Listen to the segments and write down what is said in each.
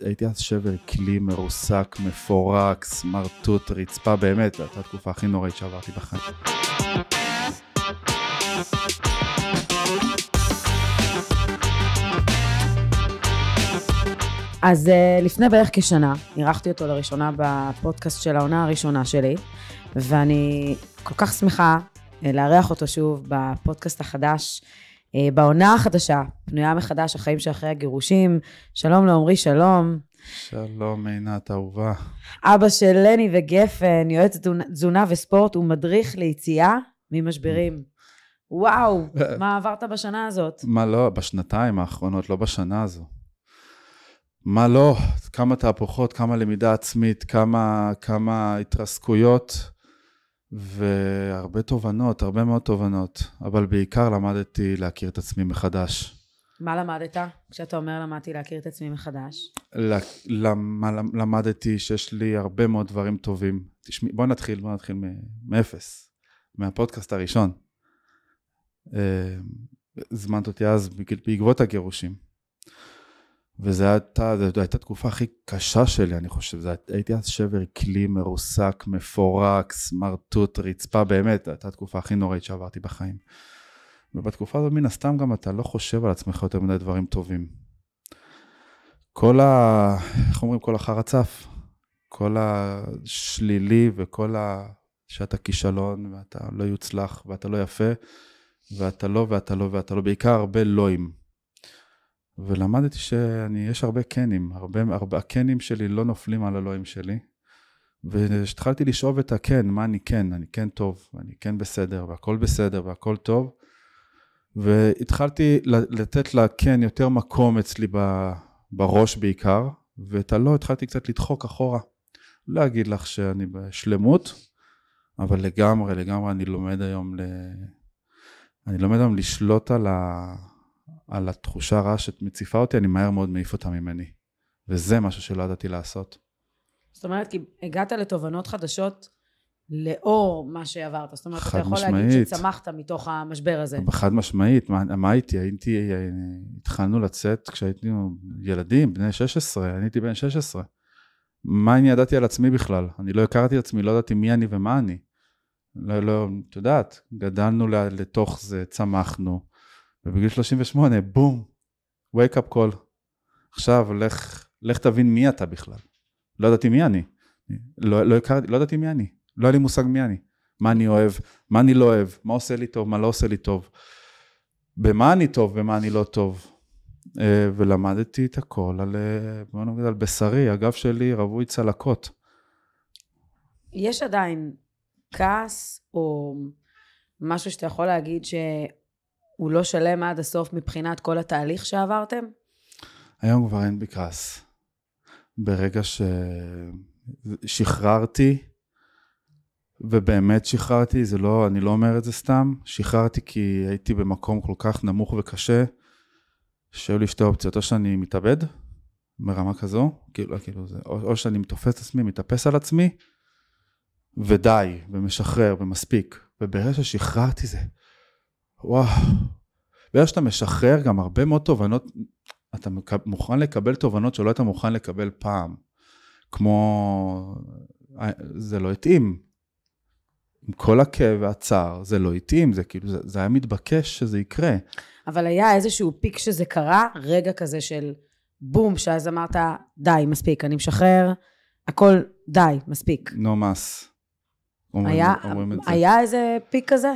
הייתי אז שבר כלי, מרוסק, מפורק, סמרטוט, רצפה, באמת, זו הייתה התקופה הכי נוראית שעברתי בחיים. אז לפני בערך כשנה, אירחתי אותו לראשונה בפודקאסט של העונה הראשונה שלי, ואני כל כך שמחה לארח אותו שוב בפודקאסט החדש, בעונה החדשה, פנויה מחדש, החיים שאחרי הגירושים. שלום לעומרי, שלום. שלום עינת אהובה. אבא של לני וגפן, יועץ תזונה וספורט, ומדריך ליציאה ממשברים. וואו, מה עברת בשנה הזאת? מה לא, בשנתיים האחרונות, לא בשנה הזו. מה לא, כמה תהפוכות, כמה למידה עצמית, כמה התרסקויות, והרבה תובנות, הרבה מאוד תובנות, אבל בעיקר למדתי להכיר את עצמי מחדש. מה למדת? כשאתה אומר למדתי להכיר את עצמי מחדש? למדתי שיש לי הרבה מאוד דברים טובים. בוא נתחיל מאפס, מהפודקאסט הראשון. זמנת אותי אז בעקבות הגירושים. וזו הייתה תקופה הכי קשה שלי, אני חושב. הייתי אז שבר כלי, מרוסק, מפורק, סמרטוט, רצפה, באמת, הייתה התקופה הכי נוראית שעברתי בחיים. ובתקופה הזו מן הסתם גם אתה לא חושב על עצמך יותר מדי דברים טובים. איך אומרים, כל אחר הצף, כל השלילי וכל שאתה כישלון, ואתה לא יוצלח, ואתה לא יפה, ואתה לא, בעיקר הרבה לואים. ולמדתי שיש הרבה קנים, הקנים שלי לא נופלים על הלואים שלי, והתחלתי לשאוב את הקן, מה אני כן טוב, אני כן בסדר, והכל בסדר, והכל טוב, והתחלתי לתת לקן יותר מקום אצלי בראש בעיקר, ואת הלא התחלתי קצת לדחוק אחורה, לא אגיד לך שאני בשלמות, אבל לגמרי אני לומד היום לשלוט על התחושה הרעה שמציפה אותי, אני מהר מאוד מעיף אותה ממני. וזה משהו שלא ידעתי לעשות. זאת אומרת, כי הגעת לתובנות חדשות לאור מה שעברת. זאת אומרת, אתה יכול משמעית. להגיד שצמחת מתוך המשבר הזה. חד משמעית. מה הייתי? התחלנו לצאת כשהיינו ילדים, בני 16, אני הייתי בן 16. מה אני ידעתי על עצמי בכלל? אני לא הכרתי את עצמי, לא ידעתי מי אני ומה אני. לא, אתה יודעת, גדלנו לתוך זה, צמחנו. ובגיל 38, בום, wake up call. עכשיו, לך תבין מי אתה בכלל. לא ידעתי מי אני. לא ידעתי מי אני. לא היה לי מושג מי אני. מה אני אוהב, מה אני לא אוהב, מה עושה לי טוב, מה לא עושה לי טוב. במה אני טוב, במה אני לא טוב. ולמדתי את הכל על בשרי, הגב שלי רווי צלקות. יש עדיין כעס או משהו שאתה יכול להגיד הוא לא שלם עד הסוף מבחינת כל התהליך שעברתם? היום כבר אין בי כעס. ברגע ששחררתי, ובאמת שחררתי, אני לא אומר את זה סתם, שחררתי כי הייתי במקום כל כך נמוך וקשה, שהיו לי שתי אופציות, או שאני מתאבד, מרמה כזו, או שאני מתופס את עצמי, מתאפס על עצמי, ודי, ומשחרר, ומספיק. וברגע ששחררתי זה, וואו, ברגע שאתה משחרר גם הרבה מאוד תובנות, אתה מוכן לקבל תובנות שלא אתה מוכן לקבל פעם, כמו, זה לא התאים, עם כל הכאב והצער, זה לא התאים, זה היה מתבקש שזה יקרה. אבל היה איזשהו פיק שזה קרה, רגע כזה של בום, שאז אמרת, די, מספיק, אני משחרר, הכל די, מספיק. נומס. היה איזה פיק כזה?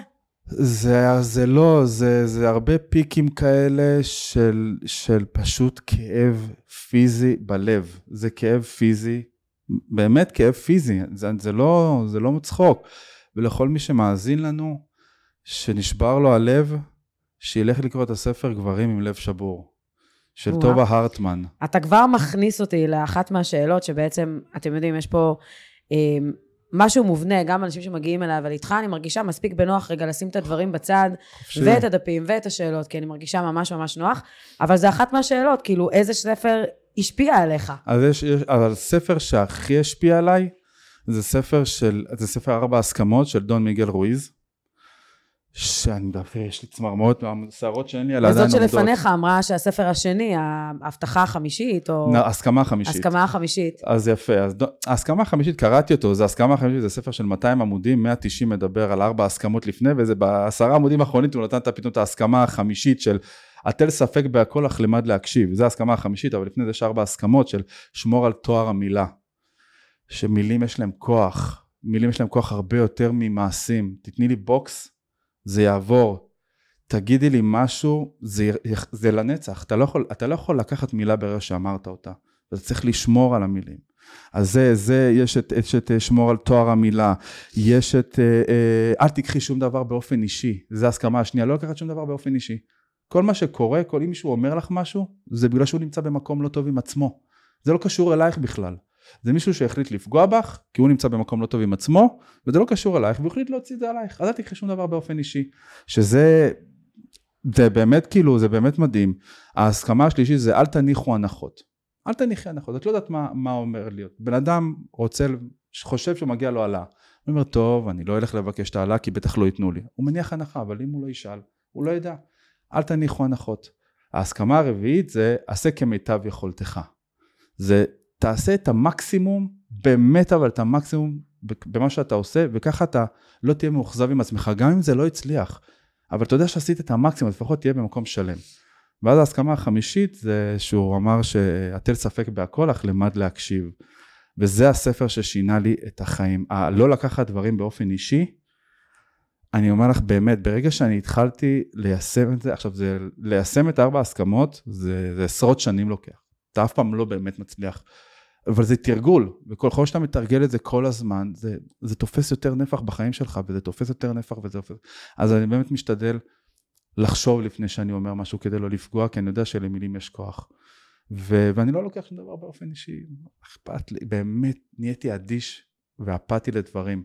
זה הרבה פיקים כאלה של פשוט כאב פיזי בלב. זה כאב פיזי, באמת כאב פיזי, זה לא מצחוק. ולכל מי שמאזין לנו, שנשבר לו הלב, שילך לקרוא את הספר גברים עם לב שבור, של טובה הרטמן. אתה כבר מכניס אותי לאחת מהשאלות, שבעצם, אתם יודעים, יש פה משהו מובנה, גם אנשים שמגיעים אליי, אבל איתך אני מרגישה מספיק בנוח רגע לשים את הדברים בצד, ואת הדפים ואת השאלות, כי אני מרגישה ממש ממש נוח, אבל זה אחת מהשאלות, כאילו איזה ספר השפיע עליך? אבל ספר שהכי השפיע עליי, זה ספר 4 הסכמות של דון מיגל רואיז, שאני מדבר, יש לי צמרמורת מהשערות שאין לי על עדיין הזאת עומדות. שלפניך אמרה שהספר השני, ההבטחה החמישית, או... הסכמה החמישית. הסכמה החמישית. אז יפה, אז ההסכמה החמישית, קראתי אותו, זה הסכמה החמישית, זה ספר של 200 עמודים, 190 מדבר על 4 הסכמות לפני, וזה ב10 עמודים האחרונים, הוא נתן פתאום את ההסכמה החמישית של, הטל ספק בהכל, אך למד להקשיב, זה ההסכמה החמישית, אבל לפני זה יש 4 הסכמות של שמור על תואר המילה, שמילים יש להם כוח, מילים יש להם כוח הרבה יותר ממעשים, תתני לי בוקס, זה יעבור, תגידי לי משהו, זה לנצח, אתה לא יכול לקחת מילה ברגע שאמרת אותה, אתה צריך לשמור על המילים. אז יש את שמור על תואר המילה, יש את, אל תקחי שום דבר באופן אישי, זה ההסכמה השנייה, לא לקחת שום דבר באופן אישי. כל מה שקורה, אם מישהו אומר לך משהו, זה בגלל שהוא נמצא במקום לא טוב עם עצמו. זה לא קשור אלייך בכלל. זה מישהו שהחליט לפגוע בך, כי הוא נמצא במקום לא טוב עם עצמו, וזה לא קשור אלייך, והוא החליט להוציא את זה עלייך. אז אל תקחי שום דבר באופן אישי. שזה באמת כאילו, זה באמת מדהים. ההסכמה השלישית זה אל תניחו הנחות. אל תניחי הנחות. את לא יודעת מה אומר להיות. בן אדם חושב שהוא מגיע לו עלה. הוא אומר, טוב, אני לא אלך לבקש את העלה, כי בטח לא ייתנו לי. הוא מניח הנחה, אבל אם הוא לא ישאל, הוא לא ידע. אל תניחו הנחות. ההסכמה הרביעית זה, עשה כמיטב יכולתך. זה, תעשה את המקסימום, באמת אבל את המקסימום במה שאתה עושה, וככה אתה לא תהיה מאוכזב עם עצמך, גם אם זה לא יצליח. אבל אתה יודע שעשית את המקסימום, לפחות תהיה במקום שלם. ואז ההסכמה החמישית זה שהוא אמר שהטל ספק בהכל, אך למד להקשיב. וזה הספר ששינה לי את החיים. לא לקחת דברים באופן אישי, אני אומר לך באמת, ברגע שאני התחלתי ליישם את זה, עכשיו זה ליישם את 4 הסכמות, זה עשרות שנים לוקח. אתה אף פעם לא באמת מצליח. אבל זה תרגול, וכל חודש שאתה מתרגל את זה כל הזמן, זה תופס יותר נפח בחיים שלך, וזה תופס יותר נפח, אז אני באמת משתדל לחשוב לפני שאני אומר משהו כדי לא לפגוע, כי אני יודע שלמילים יש כוח. ואני לא לוקח שום דבר באופן אישי, אכפת לי, באמת נהייתי אדיש ואפתי לדברים.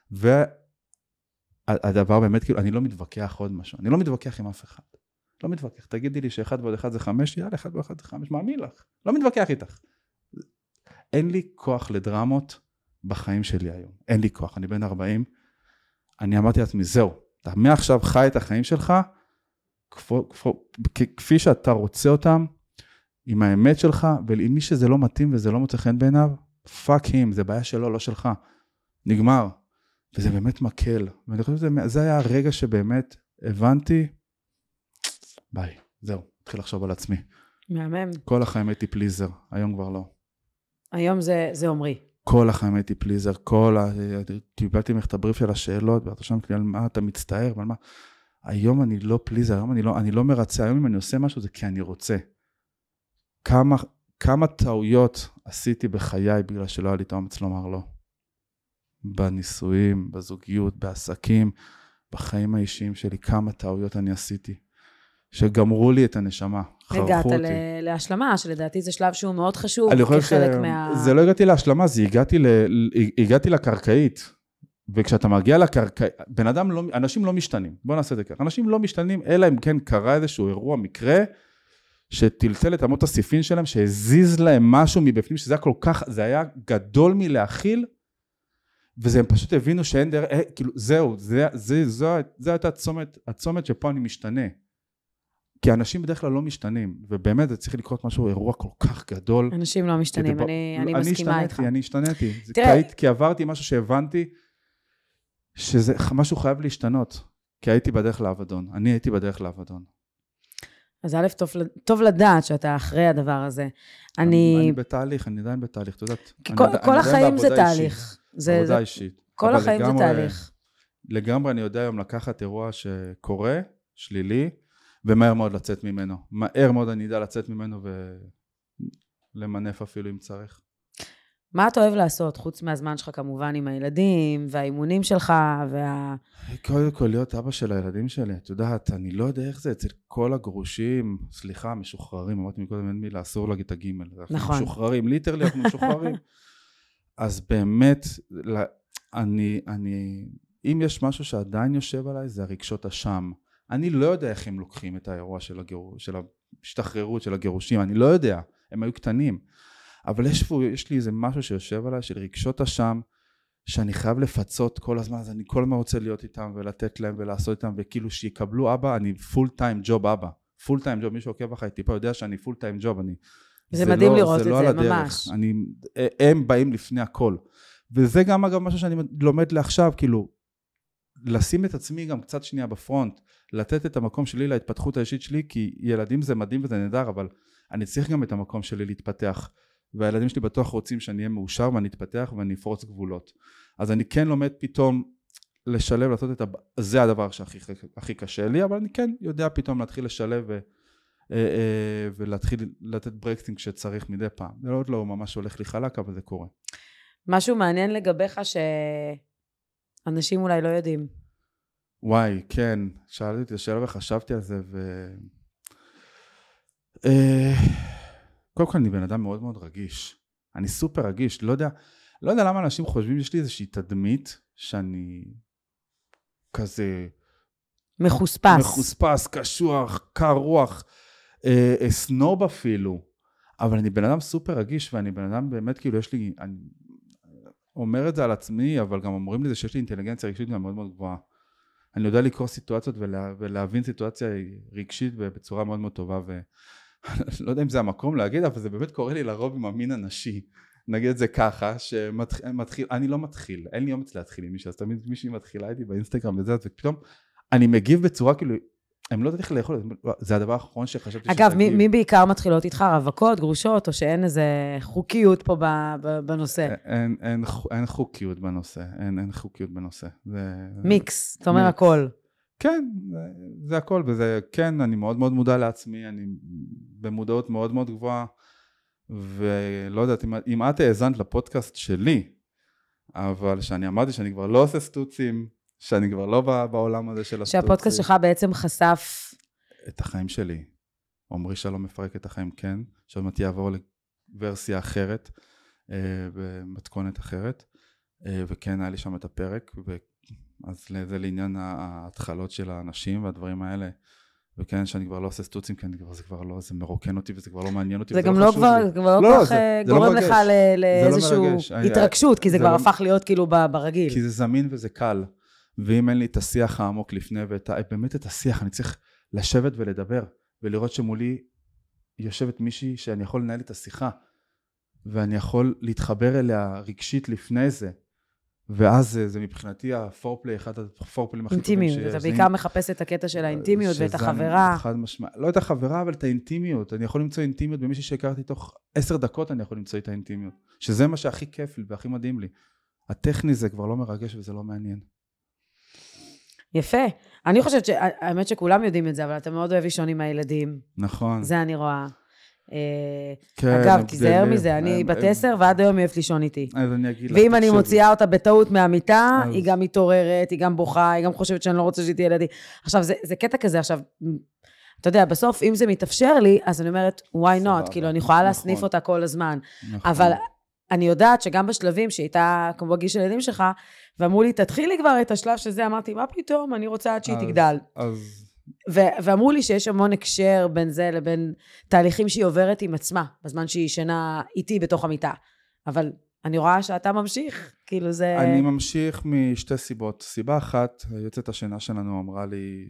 והדבר באמת, כאילו, אני לא מתווכח עוד משהו, אני לא מתווכח עם אף אחד. לא מתווכח, תגידי לי ש1 ועוד 1 זה 5, יאללה, 1 ועוד 1 זה 5, מאמין לך, לא מתווכח איתך. אין לי כוח לדרמות בחיים שלי היום, אין לי כוח, אני בן 40, אני אמרתי לעצמי, זהו, אתה מעכשיו חי את החיים שלך, כפי שאתה רוצה אותם, עם האמת שלך, ועם מי שזה לא מתאים וזה לא מוצא חן בעיניו, fuck him, זה בעיה שלו, לא שלך, נגמר, וזה באמת מקל, ואני חושב שזה היה הרגע שבאמת הבנתי, ביי, זהו, התחיל לחשוב על עצמי. מהמם. כל החיים הייתי פליזר, היום כבר לא. היום זה אומרי. כל החיים הייתי פליזר, קיבלתי ממך את הבריף של השאלות, ואתה שם לי על מה אתה מצטער, ועל מה. היום אני לא פליזר, היום אני לא מרצה, היום אם אני עושה משהו זה כי אני רוצה. כמה טעויות עשיתי בחיי בגלל שלא היה לי את האומץ לומר לא. בנישואים, בזוגיות, בעסקים, בחיים האישיים שלי, כמה טעויות אני עשיתי. שגמרו לי את הנשמה, חרכו אותי. הגעת להשלמה, שלדעתי זה שלב שהוא מאוד חשוב, כחלק זה לא הגעתי להשלמה, זה הגעתי לקרקעית, וכשאתה מגיע לקרקעית, אנשים לא משתנים, בוא נעשה את זה ככה, אנשים לא משתנים, אלא אם כן קרה איזשהו אירוע מקרה, שטלטל את אמות הסיפין שלהם, שהזיז להם משהו מבפנים, שזה היה כל כך, זה היה גדול מלהכיל, וזה הם פשוט הבינו שאין דרך, כאילו זהו, זה הייתה הצומת שפה אני משתנה. כי אנשים בדרך כלל לא משתנים, ובאמת זה צריך לקרות משהו, אירוע כל כך גדול. אנשים לא משתנים, אני מסכימה איתך. אני השתניתי, כי עברתי משהו שהבנתי, שזה משהו חייב להשתנות, כי הייתי בדרך לאבדון, אני הייתי בדרך לאבדון. אז א', טוב לדעת שאתה אחרי הדבר הזה. אני בתהליך, אני עדיין בתהליך, אתה יודעת. כל החיים זה תהליך. עבודה אישית. כל החיים זה תהליך. לגמרי אני יודע היום לקחת אירוע שקורה, שלילי, ומהר מאוד לצאת ממנו. מהר מאוד אני יודע לצאת ממנו ולמנף אפילו אם צריך. מה אתה אוהב לעשות, חוץ מהזמן שלך כמובן עם הילדים, והאימונים שלך, קודם כל להיות אבא של הילדים שלי, את יודעת, אני לא יודע איך זה, אצל כל הגרושים, סליחה, משוחררים, אמרתי מקודם, אין מילה, אסור להגיד את הגימל. נכון. משוחררים, ליטרלי אנחנו משוחררים. אז באמת, אם יש משהו שעדיין יושב עליי, זה הרגשות אשם. אני לא יודע איך הם לוקחים את האירוע של ההשתחררות של הגירושים, אני לא יודע, הם היו קטנים, אבל יש לי איזה משהו שיושב עליי של רגשות אשם, שאני חייב לפצות כל הזמן, אז אני כל הזמן רוצה להיות איתם ולתת להם ולעשות איתם, וכאילו שיקבלו אבא, אני פול טיים ג'וב אבא, פול טיים ג'וב, מי שעוקב אחרי טיפה יודע שאני פול טיים ג'וב, זה מדהים לראות את זה, ממש. הם באים לפני הכל, וזה גם אגב משהו שאני לומד לעכשיו, כאילו, לשים את עצמי גם קצת שנייה בפרונט, לתת את המקום שלי להתפתחות האישית שלי, כי ילדים זה מדהים וזה נהדר, אבל אני צריך גם את המקום שלי להתפתח, והילדים שלי בטוח רוצים שאני אהיה מאושר ואני אתפתח ואני אפרוץ גבולות. אז אני כן לומד פתאום לשלב, לעשות את זה הדבר שהכי קשה לי, אבל אני כן יודע פתאום להתחיל לשלב ולהתחיל לתת ברקסטינג שצריך מדי פעם. זה עוד לא ממש הולך לי חלק, אבל זה קורה. משהו מעניין לגביך שאנשים אולי לא יודעים. וואי, כן. שאלתי את השאלה וחשבתי על זה קודם כל אני בן אדם מאוד מאוד רגיש. אני סופר רגיש. לא יודע למה אנשים חושבים, יש לי איזושהי תדמית שאני כזה מחוספס, קשוח, קר רוח, סנוב אפילו. אבל אני בן אדם סופר רגיש, ואני בן אדם באמת כאילו יש לי, אני אומר את זה על עצמי, אבל גם אומרים לי זה שיש לי אינטליגנציה רגשית גם מאוד מאוד גבוהה. אני יודע לקרוא סיטואציות ולהבין סיטואציה רגשית בצורה מאוד מאוד טובה, לא יודע אם זה המקום להגיד, אבל זה באמת קורה לי לרוב עם המין הנשי. נגיד את זה ככה, אני לא מתחיל, אין לי אומץ להתחיל עם מישהו, אז תמיד מישהי מתחילה איתי באינסטגרם וזה, ופתאום אני מגיב בצורה כאילו, הם לא יודעת איך לאכול, זה הדבר האחרון שחשבתי אגב, מי בעיקר מתחילות איתך? רווקות, גרושות, או שאין איזה חוקיות פה בנושא? אין חוקיות בנושא, אין חוקיות בנושא. מיקס, אתה אומר הכל. כן, זה הכל, וזה כן, אני מאוד מאוד מודע לעצמי, אני במודעות מאוד מאוד גבוהה, ולא יודעת, אם את האזנת לפודקאסט שלי, אבל שאני אמרתי שאני כבר לא עושה סטוצים, שאני כבר לא בעולם הזה של הסטוצים. שהפודקאסט שלך בעצם חשף את החיים שלי. עומרי שלום מפרק את החיים, כן, שעוד מעט יעבור לוורסיה אחרת, במתכונת אחרת, וכן היה לי שם את הפרק, אז זה לעניין ההתחלות של האנשים והדברים האלה, וכן שאני כבר לא עושה סטוצים, כי זה כבר לא, זה מרוקן אותי וזה כבר לא מעניין אותי. זה גם לא כבר כך גורם לך לאיזשהו התרגשות, כי זה כבר הפך להיות כאילו ברגיל. כי זה זמין וזה קל, ואם אין לי את השיח העמוק לפני, ובאמת את השיח, אני צריך לשבת ולדבר, ולראות שמולי יושבת מישהי שאני יכול לנהל את השיחה, ואני יכול להתחבר אליה רגשית לפני זה, ואז זה מבחינתי הפורפלי, אחד הפורפלים הכי טובים שיש. אתה בעיקר מחפש את הקטע של האינטימיות ואת החברה. לא את החברה, אבל את האינטימיות. אני יכול למצוא אינטימיות במישהי שהכרתי תוך 10 דקות, אני יכול למצוא את האינטימיות. שזה מה שהכי כיף לי והכי מדהים לי. הטכני זה כבר לא מרגש וזה לא מעניין. יפה. אני חושבת האמת שכולם יודעים את זה, אבל אתה מאוד אוהב לישון עם הילדים. נכון. זה אני רואה. אגב, תיזהר מזה, אני בת 10 ועד היום אוהבת לישון איתי. אז אני אגיד לך, ואם אני מוציאה אותה בטעות מהמיטה, היא גם מתעוררת, היא גם בוכה, היא גם חושבת שאני לא רוצה שהיא תהיה לידי. עכשיו, זה קטע כזה, עכשיו, אתה יודע, בסוף, אם זה מתאפשר לי, אז אני אומרת, why not? כאילו, אני יכולה להסניף אותה כל הזמן. אבל אני יודעת שגם בשלבים שהייתה, כמו בגיל של ילדים שלך, ואמרו לי, תתחילי כבר את השלב שזה, אמרתי, מה פתאום? אני רוצה עד שהיא תגדל. ואמרו לי שיש המון הקשר בין זה לבין תהליכים שהיא עוברת עם עצמה, בזמן שהיא ישנה איתי בתוך המיטה. אבל אני רואה שאתה ממשיך, כאילו זה... אני ממשיך משתי סיבות. סיבה אחת, יוצאת השינה שלנו אמרה לי,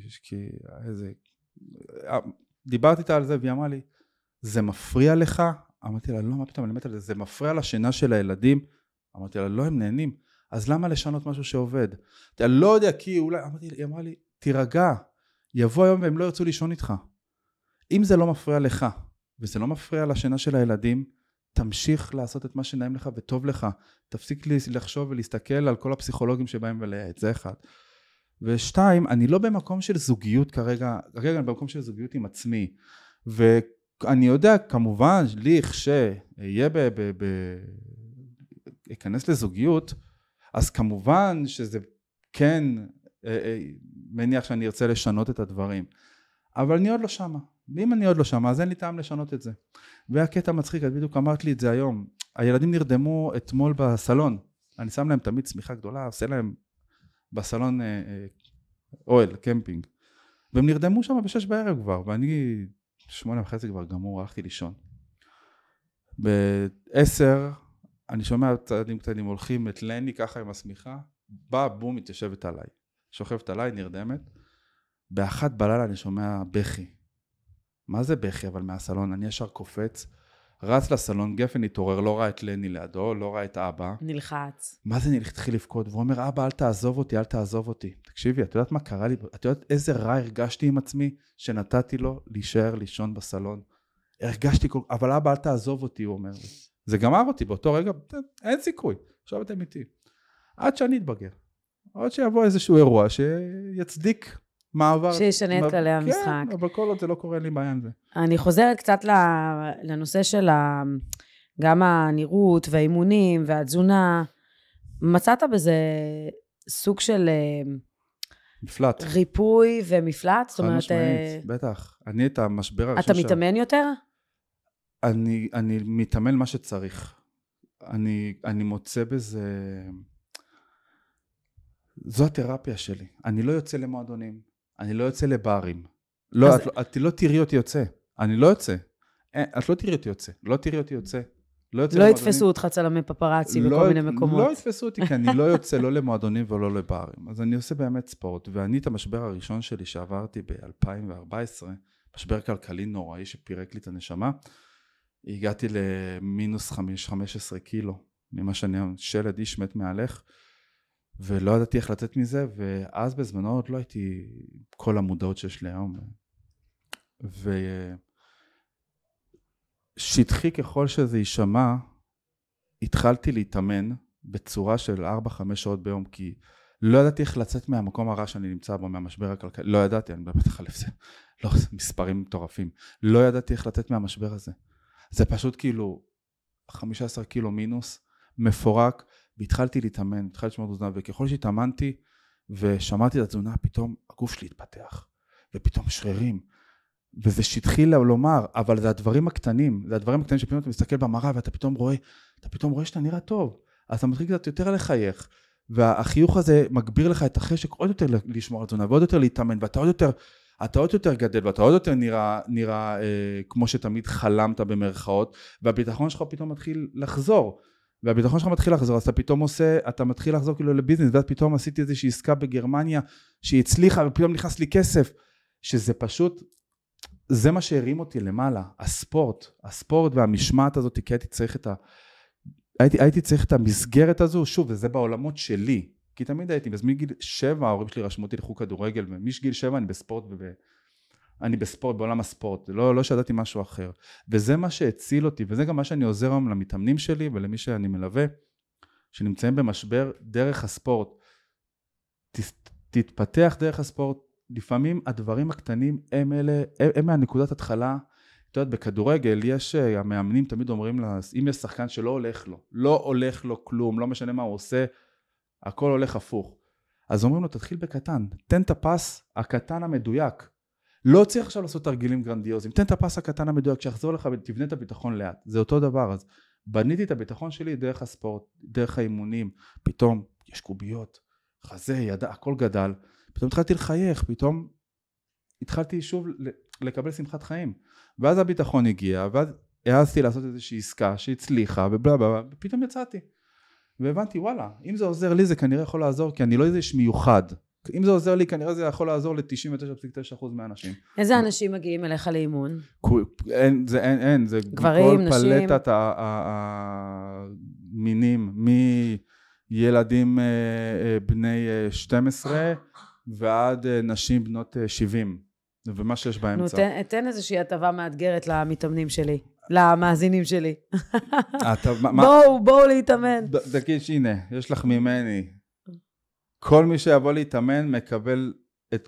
דיברתי איתה על זה והיא אמרה לי, זה מפריע לך? אמרתי לה, לא, מה פתאום, אני מת על זה, זה מפריע לשינה של הילדים? אמרתי לה, לא, הם נהנים. אז למה לשנות משהו שעובד? אני לא יודע, כי אולי, היא אמרה לי, תירגע. יבוא היום והם לא ירצו לישון איתך. אם זה לא מפריע לך, וזה לא מפריע לשינה של הילדים, תמשיך לעשות את מה שנעים לך וטוב לך. תפסיק לחשוב ולהסתכל על כל הפסיכולוגים שבאים ולהת, זה אחד. ושתיים, אני לא במקום של זוגיות כרגע אני במקום של זוגיות עם עצמי. ואני יודע, כמובן, שיהיה ייכנס לזוגיות, אז כמובן שזה כן... מניח שאני ארצה לשנות את הדברים, אבל אני עוד לא שמה. ואם אני עוד לא שמה, אז אין לי טעם לשנות את זה. והקטע מצחיק, את בדיוק אמרת לי את זה היום, הילדים נרדמו אתמול בסלון, אני שם להם תמיד צמיחה גדולה, עושה להם בסלון אוהל, קמפינג, והם נרדמו שם ב6 בערב כבר, ואני 8:30 כבר גמור, הלכתי לישון. ב10 אני שומע צעדים קטנים הולכים את לני ככה עם הסמיכה, בא בום, מתיישבת עליי, שוכבת עליי, נרדמת, באחת בלילה אני שומע בכי. מה זה בכי? אבל מהסלון, אני ישר קופץ, רץ לסלון, גפן התעורר, לא ראה את לני לידו, לא ראה את אבא. נלחץ. מה זה התחיל לבכות? והוא אומר, אבא, אל תעזוב אותי, אל תעזוב אותי. תקשיבי, את יודעת מה קרה לי? את יודעת איזה רע הרגשתי עם עצמי, שנתתי לו להישאר לישון בסלון? הרגשתי, אבל אבא, אל תעזוב אותי, הוא אומר לי. זה גמר אותי באותו רגע, אין סיכוי, עכשיו אתם איתי. עד שאני אתבגר. עד שיבוא איזשהו אירוע שיצדיק מעבר. שישנה את כללי המשחק. כן, אבל כל עוד זה לא קורה לי בעיה עם זה. אני חוזרת קצת לנושא של גם הנראות והאימונים והתזונה. מצאת בזה סוג של מפלט. ריפוי ומפלט? זאת אומרת... משמעית, בטח. אני את המשבר הראשון... אתה מתאמן יותר? אני מתאמן מה שצריך. אני מוצא בזה... זו התרפיה שלי. אני לא יוצא למועדונים. אני לא יוצא לברים. לא, את לא תראי אותי יוצא. אני לא יוצא. את לא תראי אותי יוצא. לא תראי אותי יוצא. לא יתפסו אותך צלמי פפרצי בכל מיני מקומות. לא יתפסו אותי, כי אני לא יוצא לא למועדונים ולא לברים. אז אני עושה באמת ספורט. ואני את המשבר הראשון שלי שעברתי ב-2014, משבר כלכלי נוראי שפירק לי את הנשמה, הגעתי למינוס 15 קילו, ממה שאני שלד איש מת מהלך, ולא ידעתי איך לצאת מזה, ואז בזמנו עוד לא הייתי כל המודעות שיש לי היום. ושטחי ככל שזה יישמע, התחלתי להתאמן בצורה של 4-5 שעות ביום, כי לא ידעתי איך לצאת מהמקום הרע שאני נמצא בו, מהמשבר הכלכלי, לא ידעתי, אני באמת חלף זה, לא, זה מספרים מטורפים, לא ידעתי איך לצאת מהמשבר הזה. זה פשוט כאילו 15 קילו מינוס, מפורק, והתחלתי להתאמן, התחלתי לשמור תזונה, וככל שהתאמנתי ושמעתי את התזונה, פתאום הגוף שלי התפתח, ופתאום שרירים, וזה שטחי לומר, אבל זה הדברים הקטנים, זה הדברים הקטנים שפתאום אתה מסתכל במראה, ואתה פתאום רואה שאתה נראה טוב, אז אתה מתחיל קצת יותר לחייך, והחיוך הזה מגביר לך את החשק עוד יותר לשמור על תזונה, ועוד יותר להתאמן, ואתה עוד יותר גדל, ואתה עוד יותר נראה כמו שתמיד חלמת במרכאות, והביטחון שלך פתאום מתחיל לחזור, אז אתה מתחיל לחזור כאילו לביזנס, ואז פתאום עשיתי איזושהי עסקה בגרמניה, שהיא הצליחה, ופתאום נכנס לי כסף, שזה פשוט, זה מה שהרים אותי למעלה, הספורט והמשמעת הזאת, כי הייתי צריך את המסגרת הזו, שוב, וזה בעולמות שלי, כי תמיד הייתי, אז מגיל 7 ההורים שלי רשמו אותי לחוג כדורגל, ומשגיל 7 אני בספורט, בעולם הספורט, לא שדעתי משהו אחר, וזה מה שהציל אותי, וזה גם מה שאני עוזר היום למתאמנים שלי, ולמי שאני מלווה, שנמצאים במשבר דרך הספורט, תתפתח דרך הספורט, לפעמים הדברים הקטנים הם מהנקודת התחלה, אתה יודעת, בכדורגל יש, המאמנים תמיד אומרים לה, אם יש שחקן שלא הולך לו כלום, לא משנה מה הוא עושה, הכל הולך הפוך. אז אומרים לו, תתחיל בקטן, תן את הפס הקטן המדויק, לא צריך עכשיו לעשות תרגילים גרנדיוזיים, תן את הפס הקטן המדויק, שיחזור לך ותבנה את הביטחון לאט, זה אותו דבר. אז בניתי את הביטחון שלי דרך הספורט, דרך האימונים, פתאום יש קוביות, חזה, ידע, הכל גדל, פתאום התחלתי לחייך, פתאום התחלתי שוב לקבל שמחת חיים, ואז הביטחון הגיע, ואז העזתי לעשות איזושהי עסקה שהצליחה, ובלה בלה, ופתאום יצאתי, והבנתי, וואלה, אם זה עוזר לי, זה כנראה יכול לעזור, כי אני לא איזה איש מיוחד, אם זה עוזר לי, כנראה זה יכול לעזור ל-99.9% מהאנשים. איזה אנשים מגיעים אליך לאימון? אין, זה גברים, כל נשים. פלטת המינים, מילדים בני 12 ועד נשים בנות 70, ומה שיש באמצע. תן איזושהי הטבה מאתגרת למתאמנים שלי, למאזינים שלי. בואו להתאמן. תגיד, הנה, יש לך ממני. כל מי שיבוא להתאמן מקבל את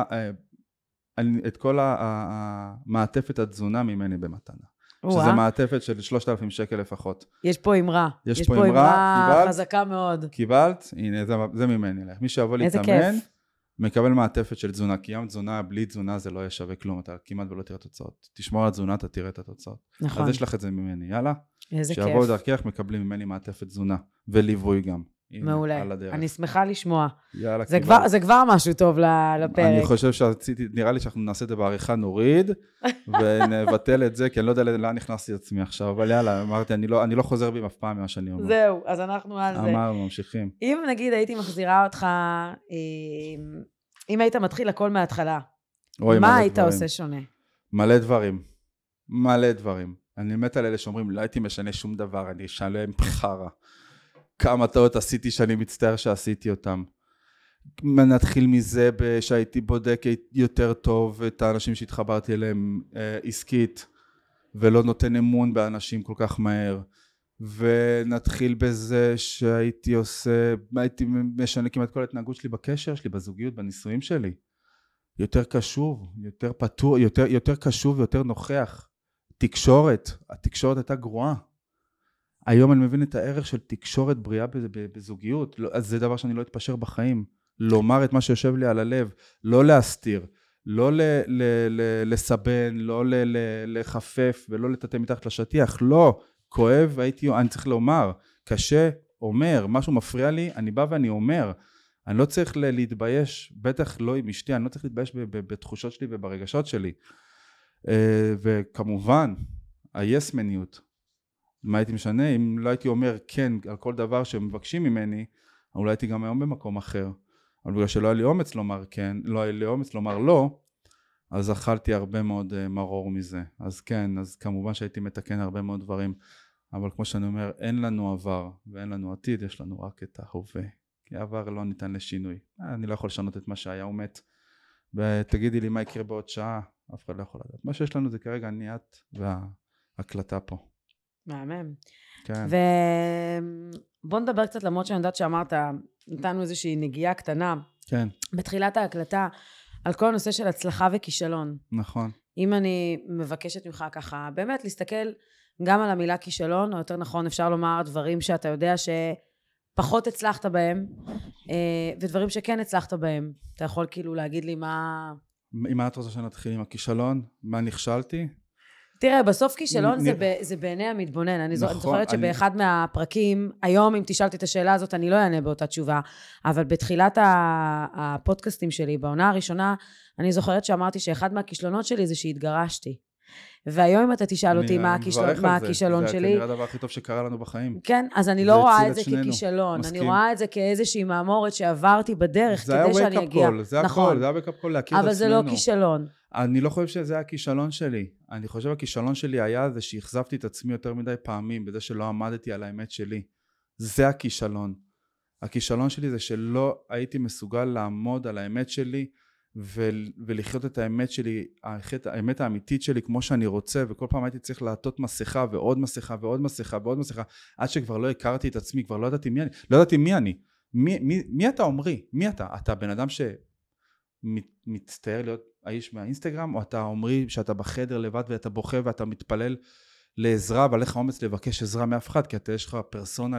כל המעטפת התזונה ממני במתנה. שזה מעטפת של 3,000 שקל לפחות. יש פה אמרה. יש פה אמרה חזקה מאוד. קיבלת? הנה, זה ממני לך. מי שיבוא להתאמן, מקבל מעטפת של תזונה. כי ים תזונה, בלי תזונה זה לא יהיה שווה כלום. אתה כמעט ולא תראה תוצאות. תשמור על תזונה, אתה תראה את התוצאות. נכון. אז יש לך את זה ממני. יאללה. איזה כיף. שיבואו דרכך, מקבלים ממני מעטפת תזונה. וליווי גם. מעולה. על הדרך. אני שמחה לשמוע. יאללה, זה כבר משהו טוב לפרק. אני חושב נראה לי שאנחנו נעשה את זה בעריכה, נוריד, ונבטל את זה, כי אני לא יודע לאן נכנסתי את עצמי עכשיו, אבל יאללה, אמרתי, אני לא חוזר בי אף פעם ממה שאני אומר. זהו, אז אנחנו על זה. אמרנו, ממשיכים. אם נגיד הייתי מחזירה אותך, אם היית מתחיל הכל מההתחלה, מה היית עושה שונה? מלא דברים. אני מת על אלה שאומרים, לא הייתי משנה שום דבר, אני שלם חרא. כמה טעות עשיתי שאני מצטער שעשיתי אותם. נתחיל מזה שהייתי בודק יותר טוב את האנשים שהתחברתי אליהם עסקית, ולא נותן אמון באנשים כל כך מהר. ונתחיל בזה שהייתי משנה כמעט כל ההתנהגות שלי בקשר שלי, בזוגיות, בנישואים שלי. יותר קשוב, יותר פתוח, יותר קשוב ויותר נוכח. התקשורת הייתה גרועה. היום אני מבין את הערך של תקשורת בריאה בזוגיות, אז זה דבר שאני לא אתפשר בחיים. לומר את מה שיושב לי על הלב, לא להסתיר, לא לסבן, לא לחפף ולא לטאטא מתחת לשטיח, לא, כואב, אני צריך לומר, קשה, אומר, משהו מפריע לי, אני בא ואני אומר, אני לא צריך להתבייש, בטח לא עם אשתי, אני לא צריך להתבייש בתחושות שלי וברגשות שלי. וכמובן, היס-מניות, מה הייתי משנה? אם לא הייתי אומר כן על כל דבר שמבקשים ממני, אולי הייתי גם היום במקום אחר. אבל בגלל שלא היה לי אומץ לומר כן, לא היה לי אומץ לומר לא, אז אכלתי הרבה מאוד מרור מזה. אז כן, אז כמובן שהייתי מתקן הרבה מאוד דברים. אבל כמו שאני אומר, אין לנו עבר ואין לנו עתיד, יש לנו רק את ההווה. כי העבר לא ניתן לשינוי. אני לא יכול לשנות את מה שהיה ומת. ותגידי לי מה יקרה בעוד שעה, אף אחד לא יכול לדעת. מה שיש לנו זה כרגע אני, את וההקלטה פה. מהמם. כן. ובוא נדבר קצת, למרות שאני יודעת שאמרת, נתנו איזושהי נגיעה קטנה. כן. בתחילת ההקלטה, על כל הנושא של הצלחה וכישלון. נכון. אם אני מבקשת ממך ככה, באמת להסתכל גם על המילה כישלון, או יותר נכון אפשר לומר דברים שאתה יודע שפחות הצלחת בהם, ודברים שכן הצלחת בהם. אתה יכול כאילו להגיד לי מה... אם את רוצה שנתחיל עם הכישלון, מה נכשלתי? תראה, בסוף כישלון זה בעיני המתבונן. אני זוכרת שבאחד מהפרקים, היום אם תשאלתי את השאלה הזאת, אני לא אענה באותה תשובה, אבל בתחילת הפודקאסטים שלי, בעונה הראשונה, אני זוכרת שאמרתי שאחד מהכישלונות שלי זה שהתגרשתי. והיום אם אתה תשאל אותי מה הכישלון שלי... זה כנראה הדבר הכי טוב שקרה לנו בחיים. כן, אז אני לא רואה את זה ככישלון, אני רואה את זה כאיזושהי מאמורת שעברתי בדרך כדי שאני אגיע. זה הכל, זה היה wake up call להכיר את עצמנו. אבל זה לא כישלון. אני לא חושב שזה היה הכישלון שלי. אני חושב הכישלון שלי היה זה שהחזבתי את עצמי יותר מדי פעמים, בזה שלא עמדתי על האמת שלי. זה הכישלון. הכישלון שלי זה שלא הייתי מסוגל לעמוד על האמת שלי, ולחיות את האמת שלי, האמת האמיתית שלי כמו שאני רוצה, וכל פעם הייתי צריך לעטות מסכה ועוד מסכה ועוד מסכה ועוד מסכה, עד שכבר לא הכרתי את עצמי, כבר לא ידעתי מי אני, לא ידעתי מי אני. מי אתה עומרי? מי אתה? אתה בן אדם שמצטער להיות האיש מהאינסטגרם, או אתה עומרי שאתה בחדר לבד ואתה בוכה ואתה מתפלל לעזרה, אבל לך אומץ לבקש עזרה מאף אחד, כי אתה יש לך פרסונה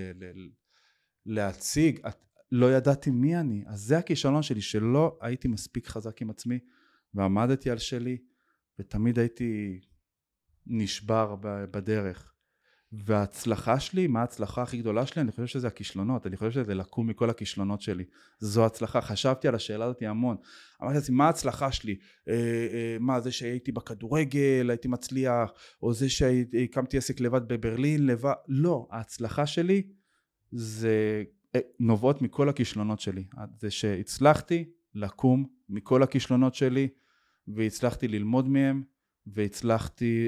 להציג, לא ידעתי מי אני. אז זה הכישלון שלי, שלא הייתי מספיק חזק עם עצמי, ועמדתי על שלי, ותמיד הייתי נשבר בדרך. וההצלחה שלי, מה ההצלחה הכי גדולה שלי? אני חושב שזה הכישלונות, אני חושב שזה לקום מכל הכישלונות שלי. זו הצלחה, חשבתי על השאלה הזאת המון. אמרתי לעצמי, מה ההצלחה שלי? מה, זה שהייתי בכדורגל, הייתי מצליח, או זה שהקמתי עסק לבד בברלין, לבד? לא, ההצלחה שלי זה נובעות מכל הכישלונות שלי. זה שהצלחתי לקום מכל הכישלונות שלי, והצלחתי ללמוד מהם, והצלחתי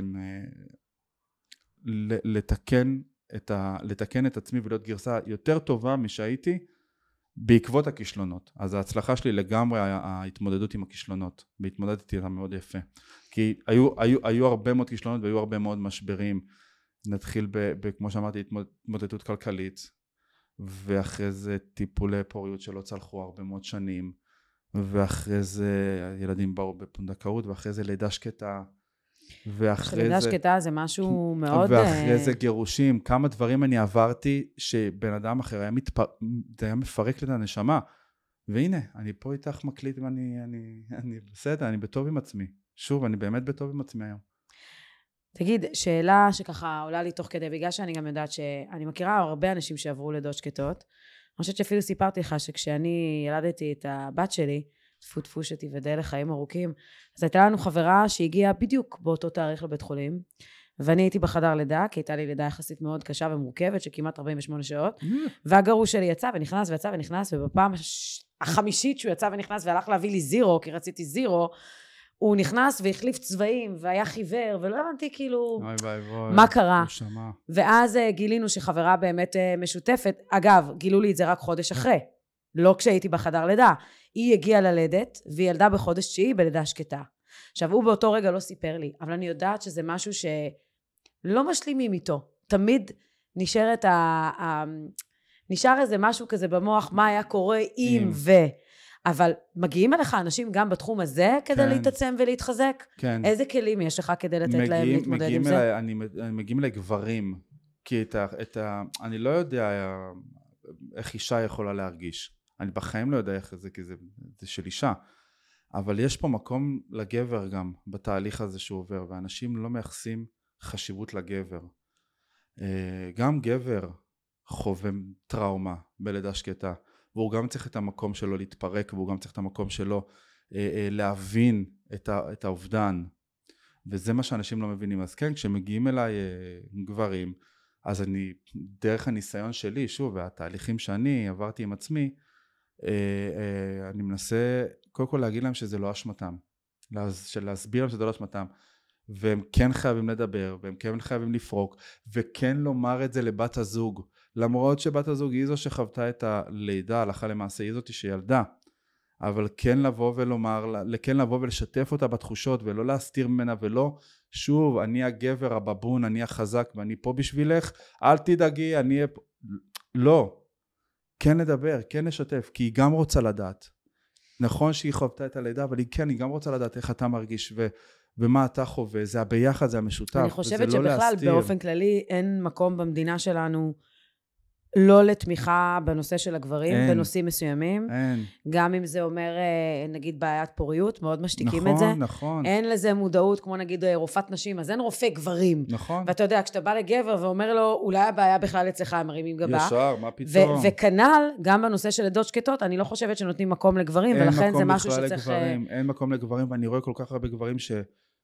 לתקן את עצמי ולהיות גרסה יותר טובה משהייתי בעקבות הכישלונות. אז ההצלחה שלי לגמרי ההתמודדות עם הכישלונות, והתמודדתי איתם מאוד יפה. כי היו הרבה מאוד כישלונות והיו הרבה מאוד משברים. נתחיל כמו שאמרתי, התמודדות כלכלית, ואחרי זה טיפולי פוריות שלא צלחו הרבה מאוד שנים, ואחרי זה ילדים באו בפונדקאות, ואחרי זה לידה שקטה, לידה שקטה זה משהו מאוד... ואחרי זה גירושים, כמה דברים אני עברתי שבן אדם אחר היה מפרק לי את הנשמה, והנה, אני פה איתך מקליט ואני בסדר, אני בטוב עם עצמי. שוב, אני באמת בטוב עם עצמי היום. תגיד, שאלה שככה עולה לי תוך כדי, בגלל שאני גם יודעת שאני מכירה הרבה אנשים שעברו לידות שקטות, אני חושבת שאפילו סיפרתי לך שכשאני ילדתי את הבת שלי, טפו טפו שתיבדל לחיים ארוכים, אז הייתה לנו חברה שהגיעה בדיוק באותו תאריך לבית חולים, ואני הייתי בחדר לידה, כי הייתה לי לידה יחסית מאוד קשה ומורכבת, שכמעט 48 שעות, והגרוש שלי יצא ונכנס ויצא ונכנס, ובפעם החמישית שהוא יצא ונכנס והלך להביא לי זירו, כי רציתי זירו, הוא נכנס והחליף צבעים, והיה חיוור, ולא הבנתי כאילו מה קרה. ואז גילינו שחברה באמת משותפת, אגב, גילו לי את זה רק חודש אחרי, לא כשהייתי בחדר לידה. היא הגיעה ללדת, והיא ילדה בחודש 9 בלידה שקטה. עכשיו, הוא באותו רגע לא סיפר לי, אבל אני יודעת שזה משהו שלא משלימים איתו. תמיד נשאר איזה משהו כזה במוח, מה היה קורה אם אבל מגיעים אליך אנשים גם בתחום הזה כדי להתעצם ולהתחזק? כן. איזה כלים יש לך כדי לתת להם להתמודד עם זה? מגיעים אליי גברים, כי אני לא יודע איך אישה יכולה להרגיש. אני בחיים לא יודע איך זה, כי זה של אישה. אבל יש פה מקום לגבר גם בתהליך הזה שהוא עובר, ואנשים לא מייחסים חשיבות לגבר. גם גבר חווה טראומה בלידה שקטה, והוא גם צריך את המקום שלו להתפרק, והוא גם צריך את המקום שלו להבין את האובדן. וזה מה שאנשים לא מבינים. אז כן, כשמגיעים אליי גברים, אז אני, דרך הניסיון שלי, שוב, והתהליכים שאני עברתי עם עצמי, אני מנסה קודם כל להגיד להם שזה לא אשמתם, להסביר להם שזה לא אשמתם, והם כן חייבים לדבר, והם כן חייבים לפרוק, וכן לומר את זה לבת הזוג, למרות שבת הזוג היא זו שחוותה את הלידה, הלכה למעשה היא זאת שילדה, אבל כן לבוא ולומר, כן לבוא ולשתף אותה בתחושות, ולא להסתיר ממנה, ולא, שוב, אני הגבר, הבבון, אני החזק, ואני פה בשבילך, אל תדאגי, אני אהיה פה, לא, כן לדבר, כן לשתף, כי היא גם רוצה לדעת, נכון שהיא חוותה את הלידה, אבל היא גם רוצה לדעת איך אתה מרגיש, ומה אתה חווה, זה הביחד, זה המשותף. אני חושבת שבכלל, באופן כללי, אין מקום במדינה שלנו, לא לתמיכה בנושא של הגברים, בנושאים מסוימים. אין. גם אם זה אומר, נגיד, בעיית פוריות, מאוד משתיקים את זה. נכון. אין לזה מודעות, כמו נגיד רופאת נשים, אז אין רופא גברים. נכון. ואתה יודע, כשאתה בא לגבר ואומר לו, אולי הבעיה בכלל אצלך, הם מרימים גבה. ישר, מה פתאום? וכנ"ל, גם בנושא של לידות שקטות, אני לא חושבת שנותנים מקום לגברים, ולכן זה משהו שצריך... אין מקום לגברים, ואני רואה כל כך הרבה גברים שהם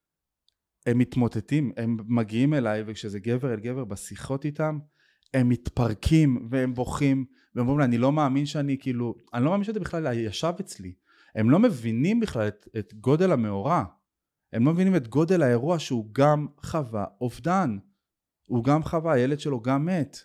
מתמוטטים, הם מגיעים אליי, וכשזה גבר אל גבר בשיחות איתם, הם מתפרקים והם בוכים, והם אומרים לי, אני לא מאמין שאני כאילו, אני לא מאמין שזה בכלל ישב אצלי. הם לא מבינים בכלל את גודל המאורע. הם לא מבינים את גודל האירוע שהוא גם חווה אובדן. הוא גם חווה, הילד שלו גם מת.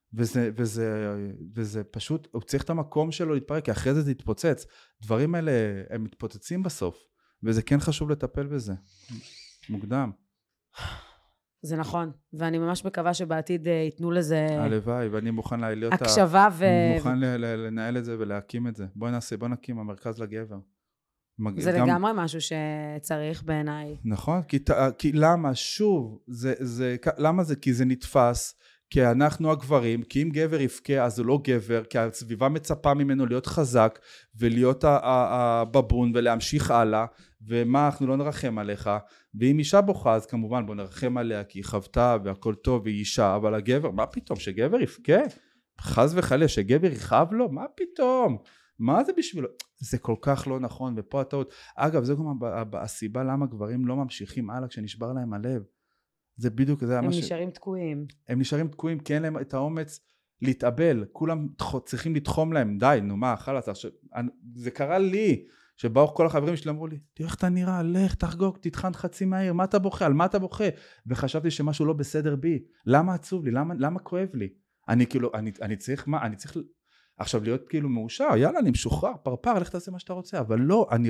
וזה פשוט, הוא צריך את המקום שלו להתפרק, כי אחרי זה יתפוצץ. דברים האלה, הם מתפוצצים בסוף. וזה כן חשוב לטפל בזה. מוקדם. זה נכון, ואני ממש מקווה שבעתיד ייתנו לזה... הלוואי, ואני מוכן להיות... הקשבה מוכן לנהל את זה ולהקים את זה. בוא נקים המרכז לגבר. זה לגמרי משהו שצריך בעיניי. נכון, כי למה? שוב, למה זה? כי זה נתפס, כי אנחנו הגברים, כי אם גבר יפקה, אז הוא לא גבר, כי הסביבה מצפה ממנו להיות חזק, ולהיות הבבון, ולהמשיך הלאה, ומה, אנחנו לא נרחם עליך, ואם אישה בוכה, אז כמובן בוא נרחם עליה, כי היא חוותה, והכל טוב, והיא אישה, אבל הגבר, מה פתאום, שגבר יפקה? חס וחלילה, שגבר יכאב לו? מה פתאום? מה זה בשבילו? זה כל כך לא נכון, ופה הטעות. אגב, זה גם הסיבה למה גברים לא ממשיכים הלאה, כשנשבר להם הלב. זה בדיוק, זה הם נשארים תקועים. הם נשארים תקועים, כי אין להם את האומץ להתאבל, כולם צריכים לתחום להם, די, נו מה, חלאס, זה קרה לי, שבאו כל החברים שלי אמרו לי, תראה איך אתה נראה, לך, תחגוג, תתחן חצי מהעיר, מה אתה בוכה, על מה אתה בוכה? וחשבתי שמשהו לא בסדר בי, למה עצוב לי, למה כואב לי? אני כאילו, אני צריך, מה, אני צריך עכשיו להיות כאילו מאושר, יאללה, אני משוחרר, פרפר, לך תעשה מה שאתה רוצה, אבל לא, אני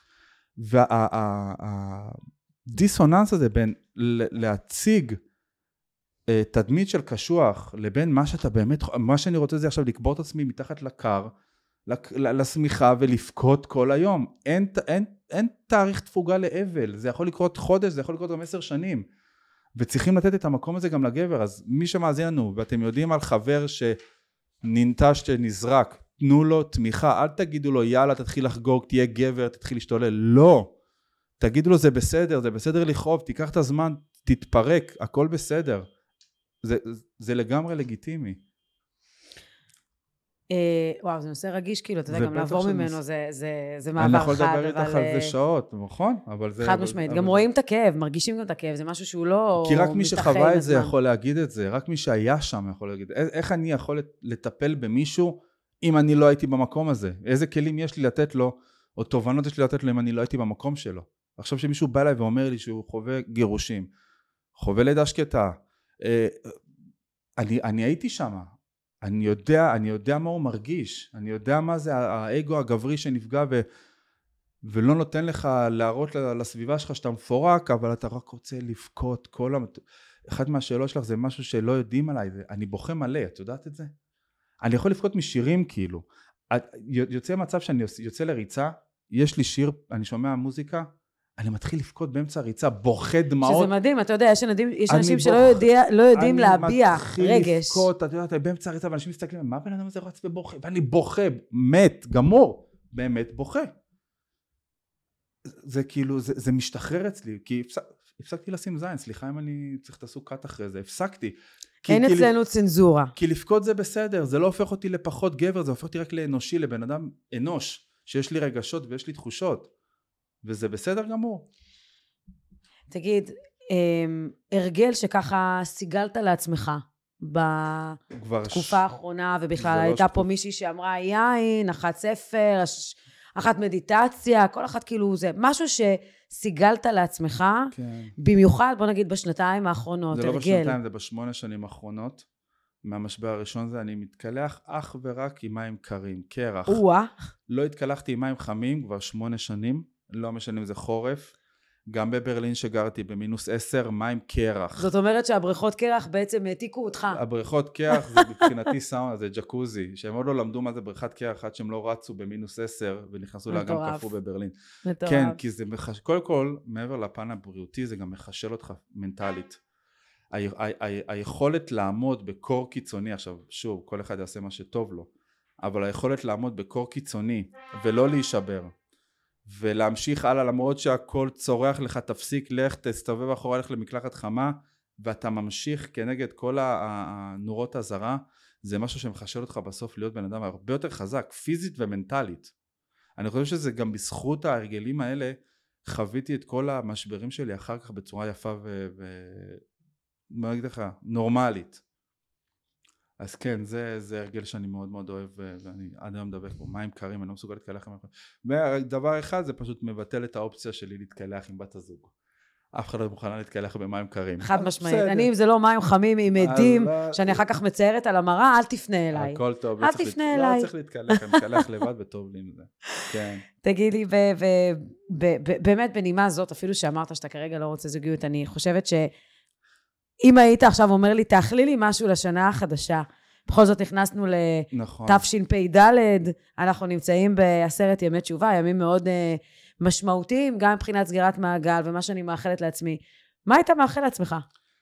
דיסוננס הזה בין להציג תדמית של קשוח לבין מה שאתה באמת, מה שאני רוצה זה עכשיו לקבור את עצמי מתחת לקר, לשמיכה ולפקות כל היום. אין תאריך תפוגה לאבל, זה יכול לקרות חודש, זה יכול לקרות גם 10 שנים, וצריכים לתת את המקום הזה גם לגבר. אז מי שמאזין לנו, ואתם יודעים על חבר שננטש, שנזרק, תנו לו תמיכה, אל תגידו לו יאללה תתחיל לחגוג, תהיה גבר, תתחיל להשתולל, לא. תגידו לו זה בסדר לכאוב, תיקח את הזמן, תתפרק, הכל בסדר. זה לגמרי לגיטימי. וואו, זה נושא רגיש, כאילו, אתה יודע, גם לעבור ממנו, זה מעבר חד, אני יכול לדבר איתך על זה שעות, נכון? חד משמעית, גם רואים את הכאב, מרגישים גם את הכאב, זה משהו שהוא לא כי רק מי שחווה את זה יכול להגיד את זה, רק מי שהיה שם יכול להגיד, איך אני יכול לטפל במישהו, אם אני לא הייתי במקום הזה? איזה כלים יש לי לתת לו, או תובנות יש לי לתת לו, אם אני לא הייתי במקום שלו? עכשיו שמישהו בא אליי ואומר לי שהוא חווה גירושים, חווה לידה שקטה, אני הייתי שם, אני יודע מה הוא מרגיש, אני יודע מה זה האגו הגברי שנפגע ולא נותן לך להראות לסביבה שלך שאתה מפורק, אבל אתה רק רוצה לבכות. אחת מהשאלות שלך זה משהו שלא יודעים עליי, אני בוכה מלא, את יודעת את זה? אני יכול לבכות משירים כאילו, יוצא מצב שאני יוצא לריצה, יש לי שיר, אני שומע מוזיקה, אני מתחיל לבכות באמצע הריצה, בוכה דמעות. שזה מדהים, אתה יודע, יש אנשים שלא יודעים להביע רגש. אני מתחיל לבכות, אתה יודע, באמצע הריצה, ואנשים מסתכלים, מה בן אדם הזה רץ ובוכה? ואני בוכה, מת, גמור, באמת בוכה. זה כאילו, זה משתחרר אצלי, כי הפסקתי לשים זין, סליחה אם אני צריך תעשו קאט אחרי זה, הפסקתי. אין אצלנו צנזורה. כי לבכות זה בסדר, זה לא הופך אותי לפחות גבר, זה הופך אותי רק לאנושי, לבן אדם אנוש, שיש לי רגשות ויש לי תחושות. וזה בסדר גמור. הרגל שככה סיגלת לעצמך בתקופה האחרונה, ובכלל הייתה פה מישהי שאמרה יין, אחת ספר, אחת מדיטציה, כל אחת כאילו זה משהו שסיגלת לעצמך, במיוחד בוא נגיד בשנתיים האחרונות, זה לא בשנתיים, זה ב8 שנים האחרונות, מהמשבר הראשון זה אני מתקלח אך ורק עם מים קרים, קרח. לא התקלחתי עם מים חמים כבר 8 שנים, לא משנה אם זה חורף, גם בברלין שגרתי ב-10, מים קרח. זאת אומרת שהבריכות קרח בעצם העתיקו אותך. הבריכות קרח זה מבחינתי סאונה, זה ג'קוזי, שהם עוד לא למדו מה זה בריכת קרח, עד שהם לא רצו ב-10 ונכנסו לאגם קפוא בברלין. מטורף. כן, כי זה קודם כל, מעבר לפן הבריאותי, זה גם מחשל אותך מנטלית. היכולת לעמוד בקור קיצוני, עכשיו שוב, כל אחד יעשה מה שטוב לו, אבל היכולת לעמוד בקור קיצוני ולא להישבר, ולהמשיך הלאה למרות שהכל צורח לך, תפסיק, לך תסתובב אחורה, לך למקלחת חמה, ואתה ממשיך כנגד כל הנורות הזרה, זה משהו שמחשל אותך בסוף להיות בן אדם הרבה יותר חזק, פיזית ומנטלית. אני חושב שזה גם בזכות ההרגלים האלה, חוויתי את כל המשברים שלי אחר כך בצורה יפה מה אגיד לך, נורמלית. אז כן, זה הרגל שאני מאוד מאוד אוהב, ואני עד היום מדבק בו, מים קרים, אני לא מסוגל להתקלח עם... ודבר אחד, זה פשוט מבטל את האופציה שלי להתקלח עם בת הזוג. אף אחד לא מוכנה להתקלח במים קרים. חד משמעית. אני, אם זה לא מים חמים עם עדים, שאני אחר כך מציירת על המראה, אל תפנה אליי. הכל טוב. אל תפנה אליי. לא צריך להתקלח, אני מתקלח לבד וטוב לי עם זה. כן. תגיד לי, באמת בנימה הזאת, אפילו שאמרת שאתה כרגע לא רוצה זוגיות, אני חושבת אם היית עכשיו אומר לי, תאכלי לי משהו לשנה החדשה, בכל זאת נכנסנו לתשפ"ד, אנחנו נמצאים ב10 ימי תשובה, ימים מאוד משמעותיים, גם מבחינת סגירת מעגל, ומה שאני מאחלת לעצמי. מה היית מאחל לעצמך?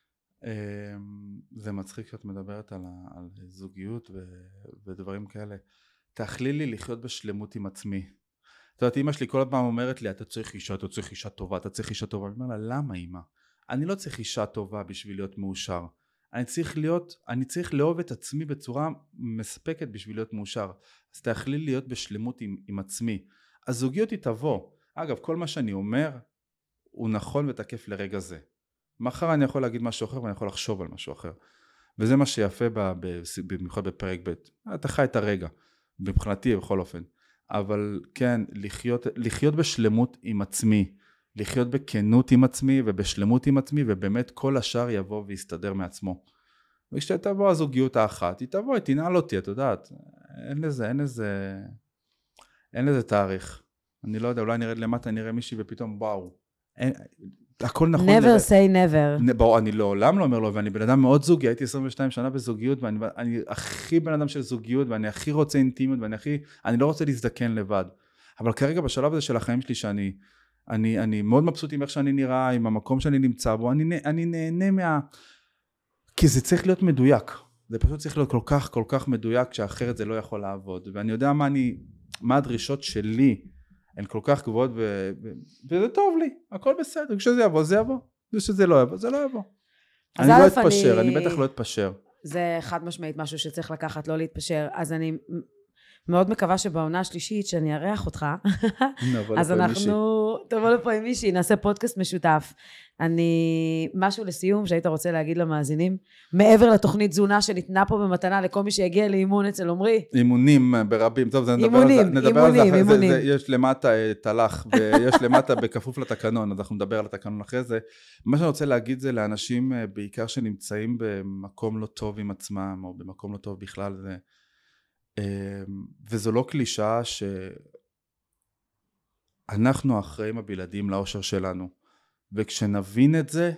זה מצחיק שאת מדברת על זוגיות ודברים כאלה. תאכלי לי לחיות בשלמות עם עצמי. אתה יודעת, אמא שלי כל פעם אומרת לי, אתה צריך אישה טובה, אתה צריך אישה טובה. אני אומר לה, למה אמא? אני לא צריך אישה טובה בשביל להיות מאושר. אני צריך לאהוב את עצמי בצורה מספקת בשביל להיות מאושר. אז תאכלי להיות בשלמות עם עצמי. הזוגיות היא תבוא. אגב, כל מה שאני אומר הוא נכון ותקף לרגע זה. מחר אני יכול להגיד משהו אחר ואני יכול לחשוב על משהו אחר. וזה מה שיפה במיוחד בפרק ב'. אתה חי את הרגע, מבחינתי בכל אופן. אבל כן, לחיות בשלמות עם עצמי. לחיות בכנות עם עצמי ובשלמות עם עצמי, ובאמת כל השאר יבוא ויסתדר מעצמו. וכשתבוא הזוגיות האחת, היא תבוא, היא תנעל אותי, את יודעת. אין לזה תאריך. אני לא יודע, אולי נרד למטה, נראה מישהי ופתאום וואו. הכל נכון. never say never. ברור, אני לעולם לא אומר לו, ואני בן אדם מאוד זוגי, הייתי 22 שנה בזוגיות, ואני הכי בן אדם של זוגיות, ואני הכי רוצה אינטימיות, אני לא רוצה להזדקן לבד. אבל כרגע בשלב הזה של החיים שלי, אני מאוד מבסוט עם איך שאני נראה, עם המקום שאני נמצא בו, אני נהנה כי זה צריך להיות מדויק. זה פשוט צריך להיות כל כך מדויק, שאחרת זה לא יכול לעבוד. ואני יודע מה הדרישות שלי, הן כל כך גבוהות, וזה טוב לי, הכל בסדר, כשזה יבוא, זה יבוא. ושזה לא יבוא, זה לא יבוא. אני לא אתפשר, אני בטח לא אתפשר. זה חד משמעית משהו שצריך לקחת, לא להתפשר. אז אני מאוד מקווה שבעונה השלישית, שאני ארח אותך, אז אנחנו תבוא לפה עם מישהי, נעשה פודקאסט משותף. משהו לסיום שהיית רוצה להגיד למאזינים, מעבר לתוכנית תזונה שניתנה פה במתנה לכל מי שיגיע לאימון אצל עומרי. אימונים ברבים, טוב, נדבר על זה, יש למטה תלך, ויש למטה בכפוף לתקנון, אז אנחנו נדבר על התקנון אחרי זה. מה שאני רוצה להגיד זה לאנשים בעיקר שנמצאים במקום לא טוב עם עצמם, או במקום לא טוב בכלל, וזו לא קלישה שאנחנו האחראים הבלעדיים לאושר שלנו, וכשנבין את זה,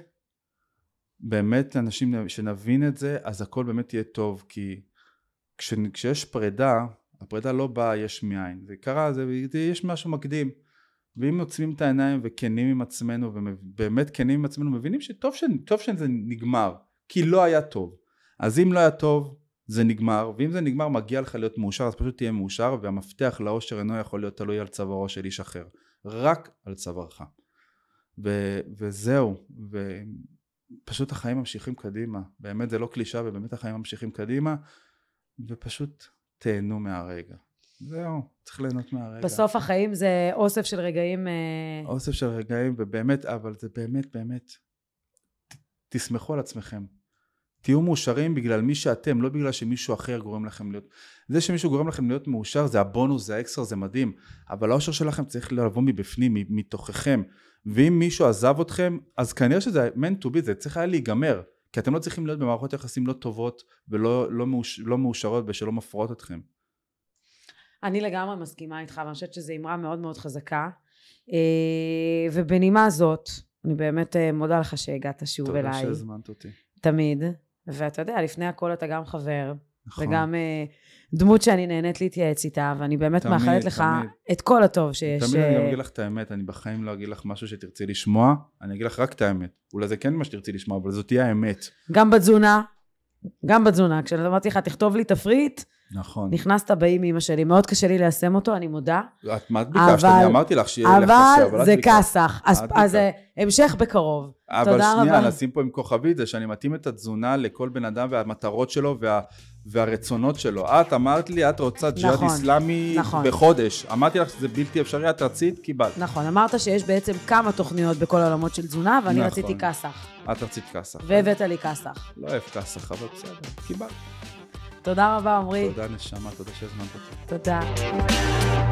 באמת אנשים שנבין את זה, אז הכל באמת יהיה טוב, כי כשיש פרידה, הפרידה לא באה יש מאין, זה קרה, יש משהו מקדים, ואם עוצמים את העיניים וכנים עם עצמנו, ובאמת כנים עם עצמנו, מבינים שטוב שזה נגמר, כי לא היה טוב. אז אם לא היה טוב, זה נגמר, ואם זה נגמר מגיע לך להיות מאושר, אז פשוט תהיה מאושר, והמפתח לאושר אינו יכול להיות תלוי על צווארו של איש אחר, רק על צווארך. וזהו, ופשוט החיים ממשיכים קדימה, באמת זה לא קלישה, ובאמת החיים ממשיכים קדימה, ופשוט תהנו מהרגע. זהו, צריך ליהנות מהרגע. בסוף החיים זה אוסף של רגעים... אוסף של רגעים, ובאמת, אבל זה באמת, תסמכו על עצמכם. תהיו מאושרים בגלל מי שאתם, לא בגלל שמישהו אחר גורם לכם להיות. זה שמישהו גורם לכם להיות מאושר, זה הבונוס, זה האקסטרה, זה מדהים. אבל האושר שלכם צריך לבוא מבפנים, מתוככם. ואם מישהו עזב אתכם, אז כנראה שזה meant to be, זה צריך היה להיגמר. כי אתם לא צריכים להיות במערכות יחסים לא טובות, ולא מאושרות ושלא מפרות אתכם. אני לגמרי מסכימה איתך, ואני חושבת שזו אמרה מאוד מאוד חזקה. ובנימה זאת, אני באמת מודה לך שהגעת שוב אליי. תודה שהזמנת אותי. תמיד. ואתה יודע, לפני הכל אתה גם חבר, נכון. וגם דמות שאני נהנית להתייעץ איתה, ואני באמת מאחלת לך את כל הטוב שיש. תמיד אני אגיד לך את האמת, אני בחיים לא אגיד לך משהו שתרצי לשמוע, אני אגיד לך רק את האמת. אולי זה כן מה שתרצי לשמוע, אבל זאת תהיה האמת. גם בתזונה, כשאני אמרתי לך, תכתוב לי תפריט, נכון. נכנסת באי אמא שלי, מאוד קשה לי ליישם אותו, אני מודה. את ביקשת, אני אמרתי לך שיהיה לך קשה, אבל זה כסח, אז המשך בקרוב. אבל שנייה, נשים פה עם כוכבית, זה שאני מתאים את התזונה לכל בן אדם והמטרות שלו והרצונות שלו. את אמרת לי, את רוצה ג'יהאד איסלאמי בחודש. אמרתי לך שזה בלתי אפשרי, את רצית, קיבלת. נכון, אמרת שיש בעצם כמה תוכניות בכל העולמות של תזונה, ואני רציתי כסח. את רצית כסח. והבאת לי כסח. לא אוהב כסח, אבל בסדר, קיבלת. תודה רבה, עומרי. תודה נשמה, תודה שהזמנת אותי. תודה.